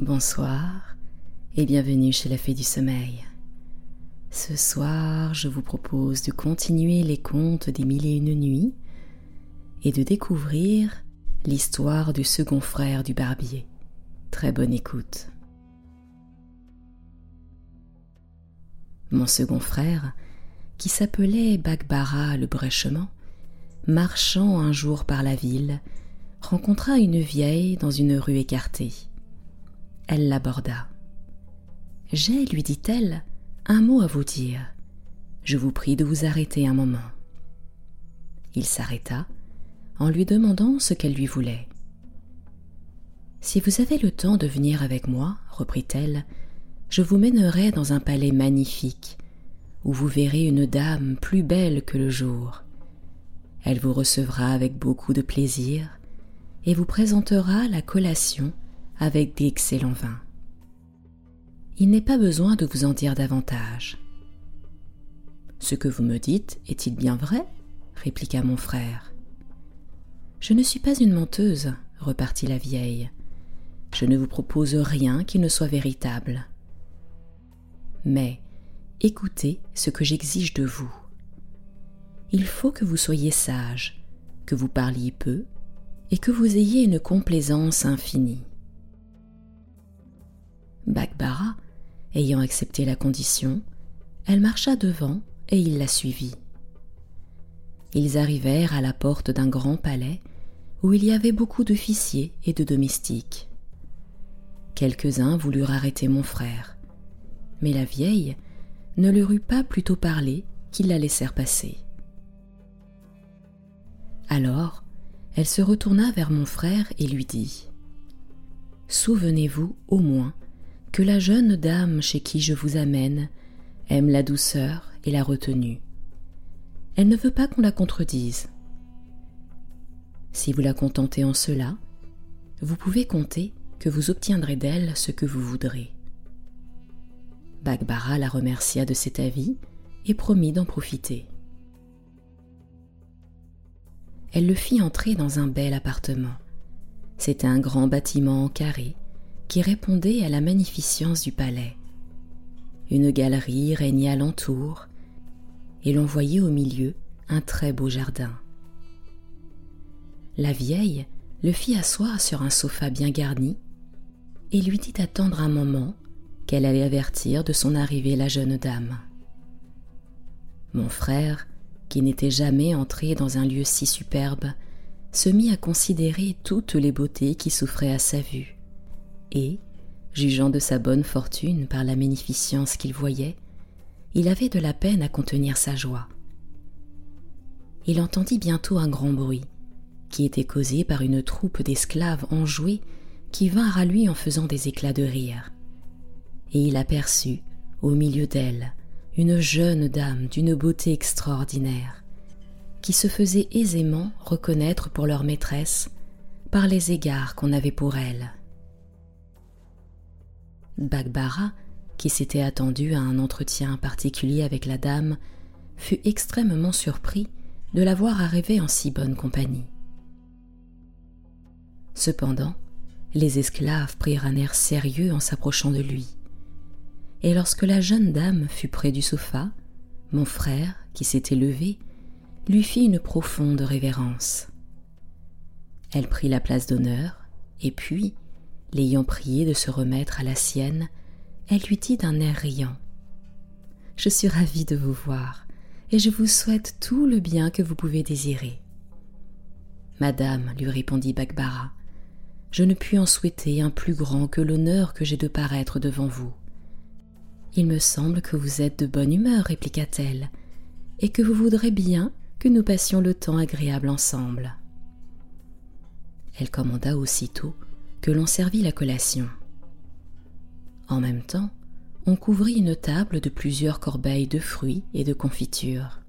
Bonsoir et bienvenue chez la Fée du Sommeil. Ce soir, je vous propose de continuer les contes des Mille et une nuits et de découvrir l'histoire du second frère du barbier. Très bonne écoute. Mon second frère, qui s'appelait Bagbara le Brèchement, marchant un jour par la ville, rencontra une vieille dans une rue écartée. Elle l'aborda. « J'ai, lui dit-elle, un mot à vous dire. Je vous prie de vous arrêter un moment. » Il s'arrêta en lui demandant ce qu'elle lui voulait. « Si vous avez le temps de venir avec moi, reprit-elle, je vous mènerai dans un palais magnifique, où vous verrez une dame plus belle que le jour. Elle vous recevra avec beaucoup de plaisir et vous présentera la collation avec d'excellents vins. Il n'est pas besoin de vous en dire davantage. »« Ce que vous me dites est-il bien vrai ?» répliqua mon frère. « Je ne suis pas une menteuse, repartit la vieille. Je ne vous propose rien qui ne soit véritable. Mais écoutez ce que j'exige de vous. Il faut que vous soyez sage, que vous parliez peu et que vous ayez une complaisance infinie. » Bagbara, ayant accepté la condition, elle marcha devant et il la suivit. Ils arrivèrent à la porte d'un grand palais où il y avait beaucoup d'officiers et de domestiques. Quelques-uns voulurent arrêter mon frère, mais la vieille ne leur eut pas plutôt parlé qu'ils la laissèrent passer. Alors, elle se retourna vers mon frère et lui dit : « Souvenez-vous au moins que la jeune dame chez qui je vous amène aime la douceur et la retenue. Elle ne veut pas qu'on la contredise. Si vous la contentez en cela, vous pouvez compter que vous obtiendrez d'elle ce que vous voudrez. » Bagbara la remercia de cet avis et promit d'en profiter. Elle le fit entrer dans un bel appartement. C'était un grand bâtiment en carré qui répondait à la magnificence du palais. Une galerie régnait alentour et l'on voyait au milieu un très beau jardin. La vieille le fit asseoir sur un sofa bien garni et lui dit d'attendre un moment qu'elle allait avertir de son arrivée la jeune dame. Mon frère, qui n'était jamais entré dans un lieu si superbe, se mit à considérer toutes les beautés qui s'offraient à sa vue. Et, jugeant de sa bonne fortune par la magnificence qu'il voyait, il avait de la peine à contenir sa joie. Il entendit bientôt un grand bruit, qui était causé par une troupe d'esclaves enjoués qui vinrent à lui en faisant des éclats de rire. Et il aperçut, au milieu d'elle, une jeune dame d'une beauté extraordinaire, qui se faisait aisément reconnaître pour leur maîtresse par les égards qu'on avait pour elle. Bagbara, qui s'était attendu à un entretien particulier avec la dame, fut extrêmement surpris de la voir arriver en si bonne compagnie. Cependant, les esclaves prirent un air sérieux en s'approchant de lui, et lorsque la jeune dame fut près du sofa, mon frère, qui s'était levé, lui fit une profonde révérence. Elle prit la place d'honneur, et puis, l'ayant prié de se remettre à la sienne, elle lui dit d'un air riant : « Je suis ravie de vous voir, et je vous souhaite tout le bien que vous pouvez désirer. »« Madame, lui répondit Bagbara, je ne puis en souhaiter un plus grand que l'honneur que j'ai de paraître devant vous. »« Il me semble que vous êtes de bonne humeur, répliqua-t-elle, et que vous voudrez bien que nous passions le temps agréable ensemble. » Elle commanda aussitôt que l'on servit la collation. En même temps, on couvrit une table de plusieurs corbeilles de fruits et de confitures.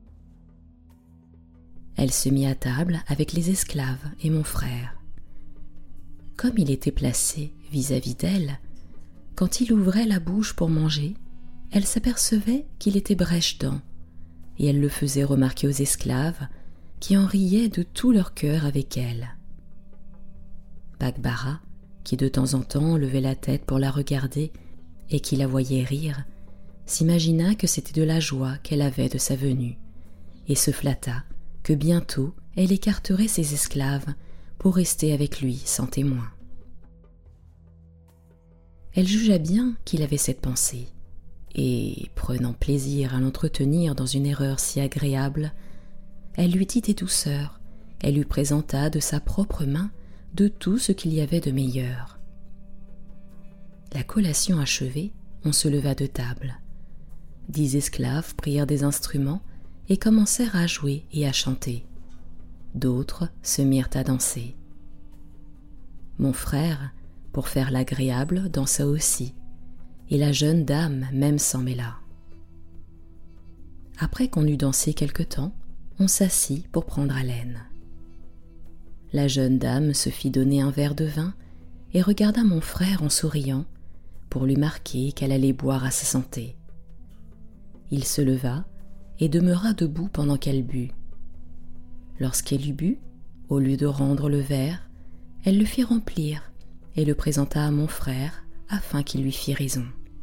Elle se mit à table avec les esclaves et mon frère. Comme il était placé vis-à-vis d'elle, quand il ouvrait la bouche pour manger, elle s'apercevait qu'il était brèche-dents, et elle le faisait remarquer aux esclaves, qui en riaient de tout leur cœur avec elle. Bagbara, qui de temps en temps levait la tête pour la regarder et qui la voyait rire, s'imagina que c'était de la joie qu'elle avait de sa venue, et se flatta que bientôt elle écarterait ses esclaves pour rester avec lui sans témoin. Elle jugea bien qu'il avait cette pensée, et, prenant plaisir à l'entretenir dans une erreur si agréable, elle lui dit des douceurs, elle lui présenta de sa propre main de tout ce qu'il y avait de meilleur. La collation achevée, on se leva de table. 10 esclaves prirent des instruments et commencèrent à jouer et à chanter. D'autres se mirent à danser. Mon frère, pour faire l'agréable, dansa aussi, et la jeune dame même s'en mêla. Après qu'on eut dansé quelque temps, on s'assit pour prendre haleine. La jeune dame se fit donner un verre de vin et regarda mon frère en souriant pour lui marquer qu'elle allait boire à sa santé. Il se leva et demeura debout pendant qu'elle but. Lorsqu'elle eut bu, au lieu de rendre le verre, elle le fit remplir et le présenta à mon frère afin qu'il lui fît raison.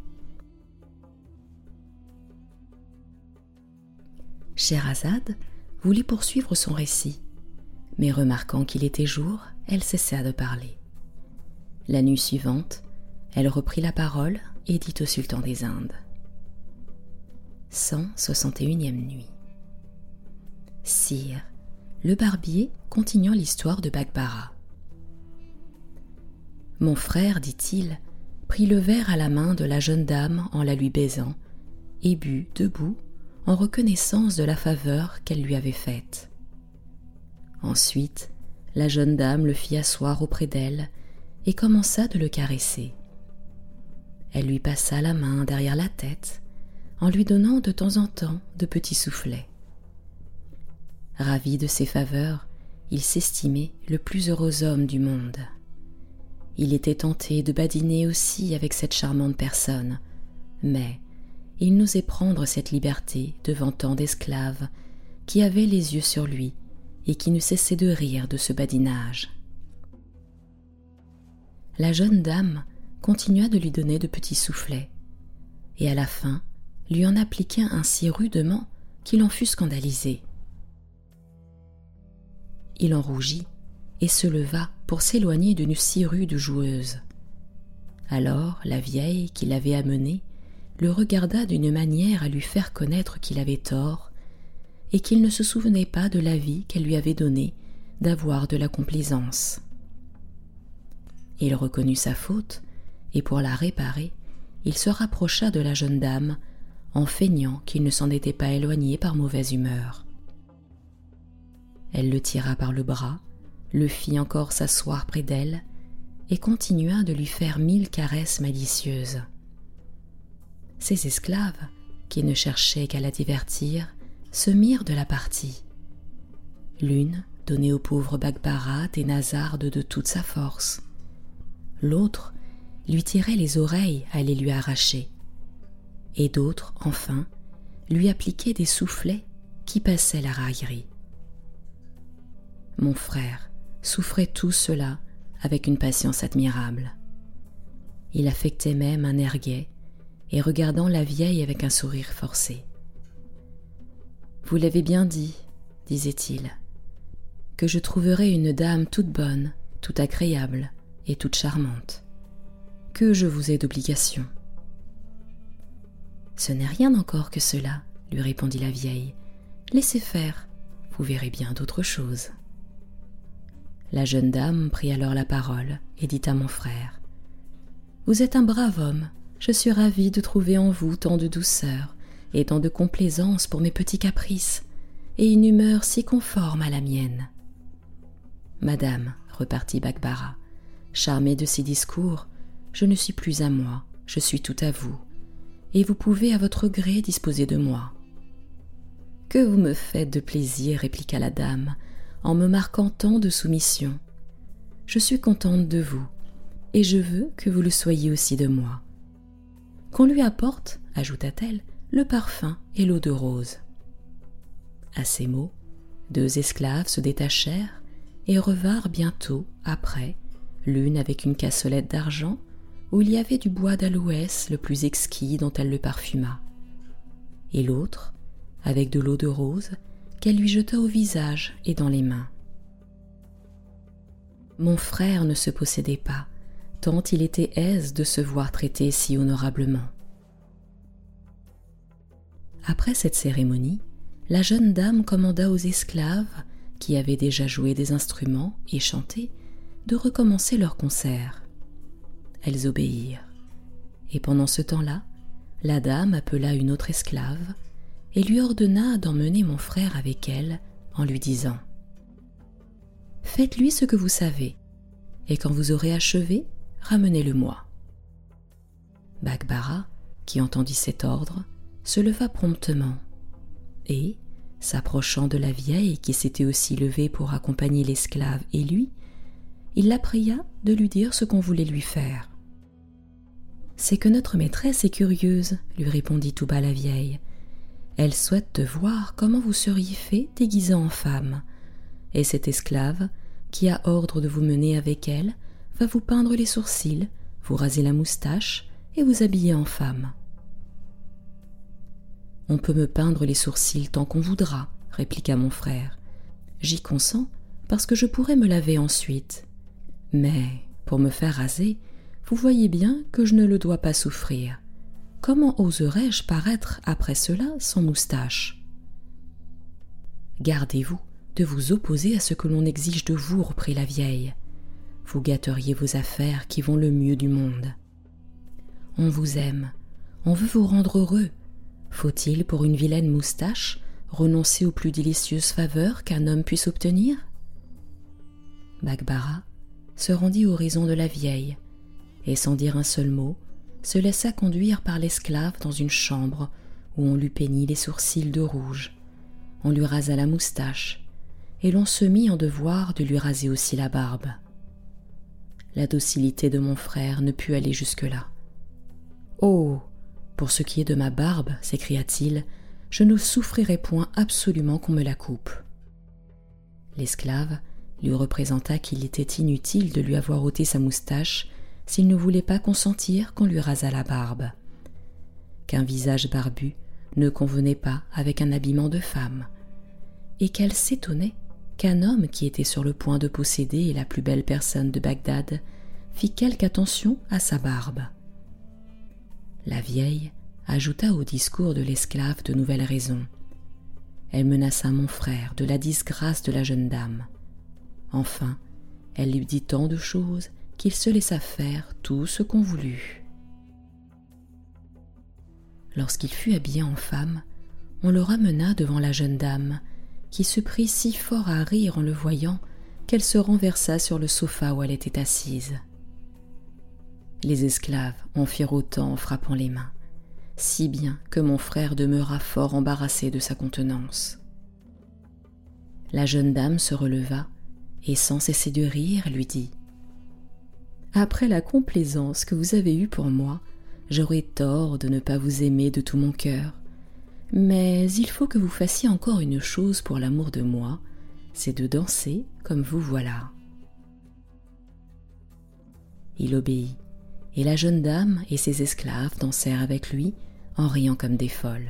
Scheherazade voulut poursuivre son récit, mais remarquant qu'il était jour, elle cessa de parler. La nuit suivante, elle reprit la parole et dit au sultan des Indes. 161e nuit. Sire, le barbier continuant l'histoire de Bakbarah. Mon frère, dit-il, prit le verre à la main de la jeune dame en la lui baisant et but debout en reconnaissance de la faveur qu'elle lui avait faite. Ensuite, la jeune dame le fit asseoir auprès d'elle et commença de le caresser. Elle lui passa la main derrière la tête en lui donnant de temps en temps de petits soufflets. Ravi de ses faveurs, il s'estimait le plus heureux homme du monde. Il était tenté de badiner aussi avec cette charmante personne, mais il n'osait prendre cette liberté devant tant d'esclaves qui avaient les yeux sur lui et qui ne cessaient de rire de ce badinage. La jeune dame continua de lui donner de petits soufflets, et à la fin lui en appliqua un si rudement qu'il en fut scandalisé. Il en rougit et se leva pour s'éloigner d'une si rude joueuse. Alors la vieille qui l'avait amené le regarda d'une manière à lui faire connaître qu'il avait tort et qu'il ne se souvenait pas de l'avis qu'elle lui avait donné d'avoir de la complaisance. Il reconnut sa faute et pour la réparer, il se rapprocha de la jeune dame en feignant qu'il ne s'en était pas éloigné par mauvaise humeur. Elle le tira par le bras, le fit encore s'asseoir près d'elle et continua de lui faire 1000 caresses malicieuses. Ses esclaves, qui ne cherchaient qu'à la divertir, se mirent de la partie. L'une donnait au pauvre Bakbarah des nasardes de toute sa force. L'autre lui tirait les oreilles à les lui arracher. Et d'autres, enfin, lui appliquaient des soufflets qui passaient la raillerie. Mon frère souffrait tout cela avec une patience admirable. Il affectait même un air gai et regardant la vieille avec un sourire forcé. « Vous l'avez bien dit, disait-il, que je trouverai une dame toute bonne, toute agréable et toute charmante. Que je vous ai d'obligation. »« Ce n'est rien encore que cela, lui répondit la vieille. Laissez faire, vous verrez bien d'autres choses. » La jeune dame prit alors la parole et dit à mon frère : « Vous êtes un brave homme, je suis ravie de trouver en vous tant de douceur et tant de complaisance pour mes petits caprices, et une humeur si conforme à la mienne. »« Madame, repartit Bakbarah, charmée de ces discours, je ne suis plus à moi, je suis tout à vous, et vous pouvez à votre gré disposer de moi. »« Que vous me faites de plaisir, répliqua la dame, en me marquant tant de soumission. Je suis contente de vous, et je veux que vous le soyez aussi de moi. Qu'on lui apporte, ajouta-t-elle, le parfum et l'eau de rose. » À ces mots, 2 esclaves se détachèrent et revinrent bientôt après, l'une avec une cassolette d'argent où il y avait du bois d'aloès le plus exquis dont elle le parfuma, et l'autre avec de l'eau de rose qu'elle lui jeta au visage et dans les mains. Mon frère ne se possédait pas, tant il était aise de se voir traité si honorablement. Après cette cérémonie, la jeune dame commanda aux esclaves, qui avaient déjà joué des instruments et chanté, de recommencer leur concert. Elles obéirent, et pendant ce temps-là, la dame appela une autre esclave et lui ordonna d'emmener mon frère avec elle en lui disant « Faites-lui ce que vous savez, et quand vous aurez achevé, ramenez-le-moi. » Bakbarah, qui entendit cet ordre, se leva promptement et, s'approchant de la vieille qui s'était aussi levée pour accompagner l'esclave et lui, il la pria de lui dire ce qu'on voulait lui faire. « C'est que notre maîtresse est curieuse, » lui répondit tout bas la vieille. « Elle souhaite te voir comment vous seriez fait déguisé en femme, et cette esclave, qui a ordre de vous mener avec elle, va vous peindre les sourcils, vous raser la moustache et vous habiller en femme. »« On peut me peindre les sourcils tant qu'on voudra, » répliqua mon frère. « J'y consens parce que je pourrais me laver ensuite. Mais pour me faire raser, vous voyez bien que je ne le dois pas souffrir. Comment oserais-je paraître après cela sans moustache ? Gardez-vous de vous opposer à ce que l'on exige de vous, reprit la vieille. Vous gâteriez vos affaires qui vont le mieux du monde. On vous aime, on veut vous rendre heureux. Faut-il, pour une vilaine moustache, renoncer aux plus délicieuses faveurs qu'un homme puisse obtenir ? Bakbarah se rendit aux raisons de la vieille, et sans dire un seul mot, se laissa conduire par l'esclave dans une chambre où on lui peignit les sourcils de rouge, on lui rasa la moustache, et l'on se mit en devoir de lui raser aussi la barbe. La docilité de mon frère ne put aller jusque-là. « Oh, pour ce qui est de ma barbe, s'écria-t-il, je ne souffrirai point absolument qu'on me la coupe. » L'esclave lui représenta qu'il était inutile de lui avoir ôté sa moustache s'il ne voulait pas consentir qu'on lui rasât la barbe, qu'un visage barbu ne convenait pas avec un habillement de femme, et qu'elle s'étonnait qu'un homme qui était sur le point de posséder la plus belle personne de Bagdad fit quelque attention à sa barbe. La vieille ajouta au discours de l'esclave de nouvelles raisons. Elle menaça mon frère de la disgrâce de la jeune dame. Enfin, elle lui dit tant de choses qu'il se laissa faire tout ce qu'on voulut. Lorsqu'il fut habillé en femme, on le ramena devant la jeune dame, qui se prit si fort à rire en le voyant qu'elle se renversa sur le sofa où elle était assise. Les esclaves en firent autant en frappant les mains, si bien que mon frère demeura fort embarrassé de sa contenance. La jeune dame se releva et sans cesser de rire lui dit « Après la complaisance que vous avez eue pour moi, j'aurais tort de ne pas vous aimer de tout mon cœur. Mais il faut que vous fassiez encore une chose pour l'amour de moi, c'est de danser comme vous voilà. » Il obéit, et la jeune dame et ses esclaves dansèrent avec lui en riant comme des folles.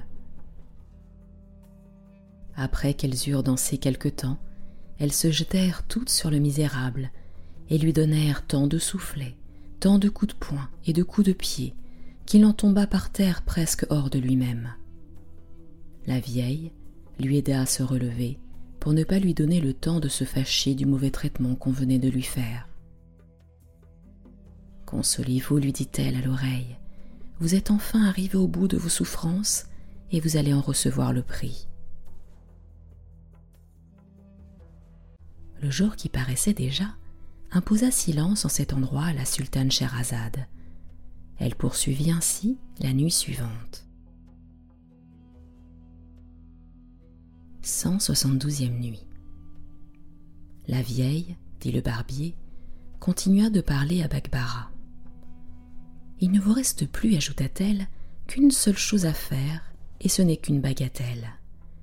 Après qu'elles eurent dansé quelque temps, elles se jetèrent toutes sur le misérable et lui donnèrent tant de soufflets, tant de coups de poing et de coups de pied qu'il en tomba par terre presque hors de lui-même. La vieille lui aida à se relever pour ne pas lui donner le temps de se fâcher du mauvais traitement qu'on venait de lui faire. « Consolez-vous, lui dit-elle à l'oreille, vous êtes enfin arrivé au bout de vos souffrances et vous allez en recevoir le prix. » Le jour qui paraissait déjà imposa silence en cet endroit à la sultane Scheherazade. Elle poursuivit ainsi la nuit suivante. 172e nuit. La vieille, dit le barbier, continua de parler à Bakbarah. « Il ne vous reste plus, ajouta-t-elle, qu'une seule chose à faire, et ce n'est qu'une bagatelle.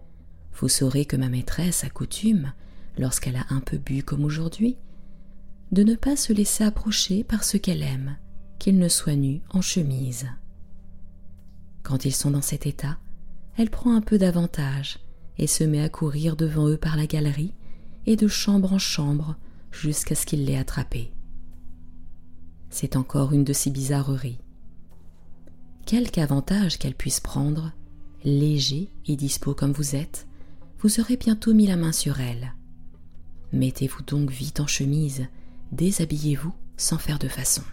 Vous saurez que ma maîtresse a coutume, lorsqu'elle a un peu bu comme aujourd'hui, de ne pas se laisser approcher par ceux qu'elle aime, qu'ils ne soient nus en chemise. Quand ils sont dans cet état, elle prend un peu d'avantage et se met à courir devant eux par la galerie et de chambre en chambre jusqu'à ce qu'il l'ait attrapée. C'est encore une de ces bizarreries. Quelque avantage qu'elle puisse prendre, léger et dispos comme vous êtes, vous aurez bientôt mis la main sur elle. Mettez-vous donc vite en chemise, déshabillez-vous sans faire de façon.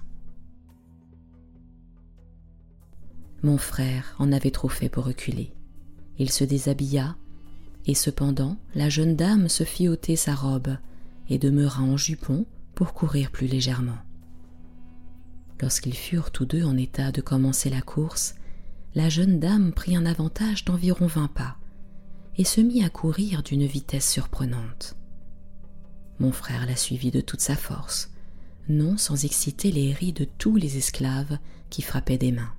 Mon frère en avait trop fait pour reculer. Il se déshabilla, et cependant la jeune dame se fit ôter sa robe et demeura en jupon pour courir plus légèrement. Lorsqu'ils furent tous deux en état de commencer la course, la jeune dame prit un avantage d'environ 20 pas et se mit à courir d'une vitesse surprenante. Mon frère la suivit de toute sa force, non sans exciter les ris de tous les esclaves qui frappaient des mains.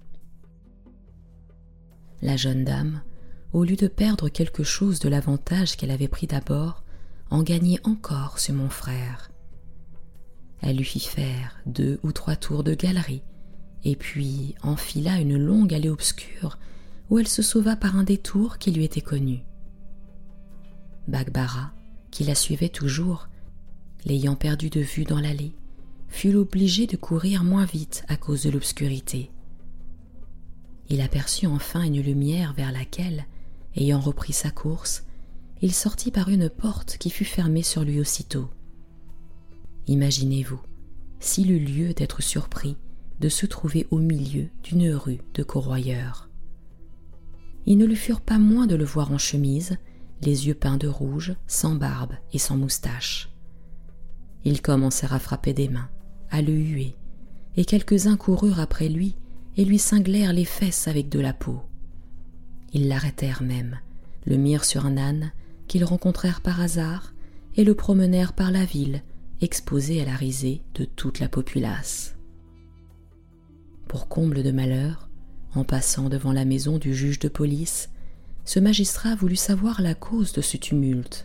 La jeune dame, au lieu de perdre quelque chose de l'avantage qu'elle avait pris d'abord, en gagnait encore sur mon frère. Elle lui fit faire 2 ou 3 tours de galerie, et puis enfila une longue allée obscure où elle se sauva par un détour qui lui était connu. Bakbarah, qui la suivait toujours, l'ayant perdue de vue dans l'allée, fut obligé de courir moins vite à cause de l'obscurité. Il aperçut enfin une lumière vers laquelle, ayant repris sa course, il sortit par une porte qui fut fermée sur lui aussitôt. Imaginez-vous, s'il eut lieu d'être surpris de se trouver au milieu d'une rue de corroyeurs. Ils ne lui furent pas moins de le voir en chemise, les yeux peints de rouge, sans barbe et sans moustache. Ils commencèrent à frapper des mains, à le huer, et quelques-uns coururent après lui et lui cinglèrent les fesses avec de la peau. Ils l'arrêtèrent même, le mirent sur un âne qu'ils rencontrèrent par hasard et le promenèrent par la ville, exposé à la risée de toute la populace. Pour comble de malheur, en passant devant la maison du juge de police, ce magistrat voulut savoir la cause de ce tumulte.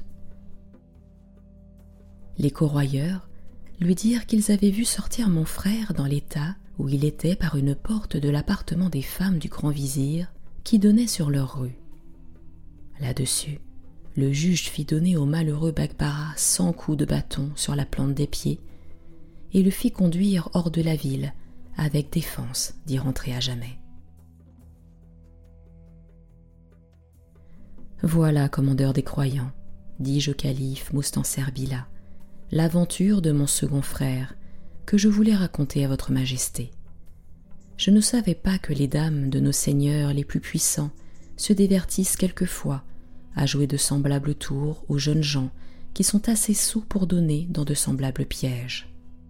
Les corroyeurs lui dirent qu'ils avaient vu sortir mon frère dans l'état où il était par une porte de l'appartement des femmes du grand vizir qui donnait sur leur rue. Là-dessus, le juge fit donner au malheureux Bakbarah 100 coups de bâton sur la plante des pieds et le fit conduire hors de la ville avec défense d'y rentrer à jamais. Voilà, commandeur des croyants, dis-je au calife Mostanser Billah, l'aventure de mon second frère que je voulais raconter à votre majesté. Je ne savais pas que les dames de nos seigneurs les plus puissants se divertissent quelquefois à jouer de semblables tours aux jeunes gens qui sont assez sots pour donner dans de semblables pièges.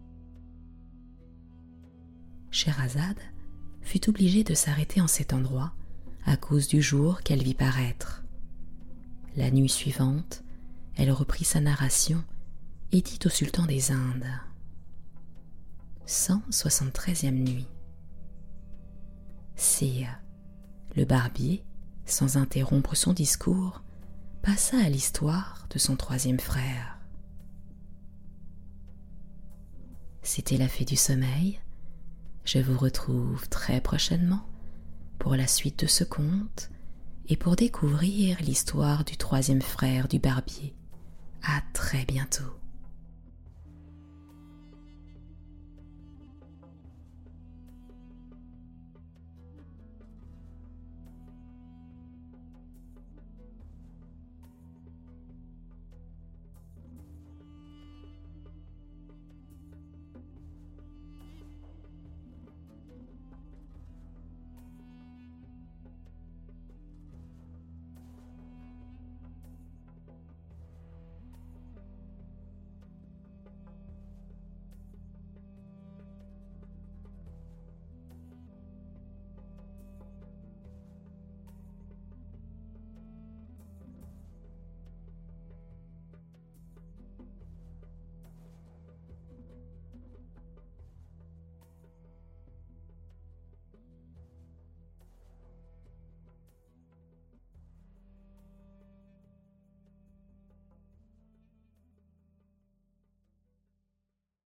Scheherazade fut obligée de s'arrêter en cet endroit à cause du jour qu'elle vit paraître. La nuit suivante, elle reprit sa narration et dit au sultan des Indes. 173e nuit. Sire, le barbier, sans interrompre son discours, passa à l'histoire de son 3e frère. C'était la fée du sommeil. Je vous retrouve très prochainement pour la suite de ce conte et pour découvrir l'histoire du 3e frère du barbier. À très bientôt.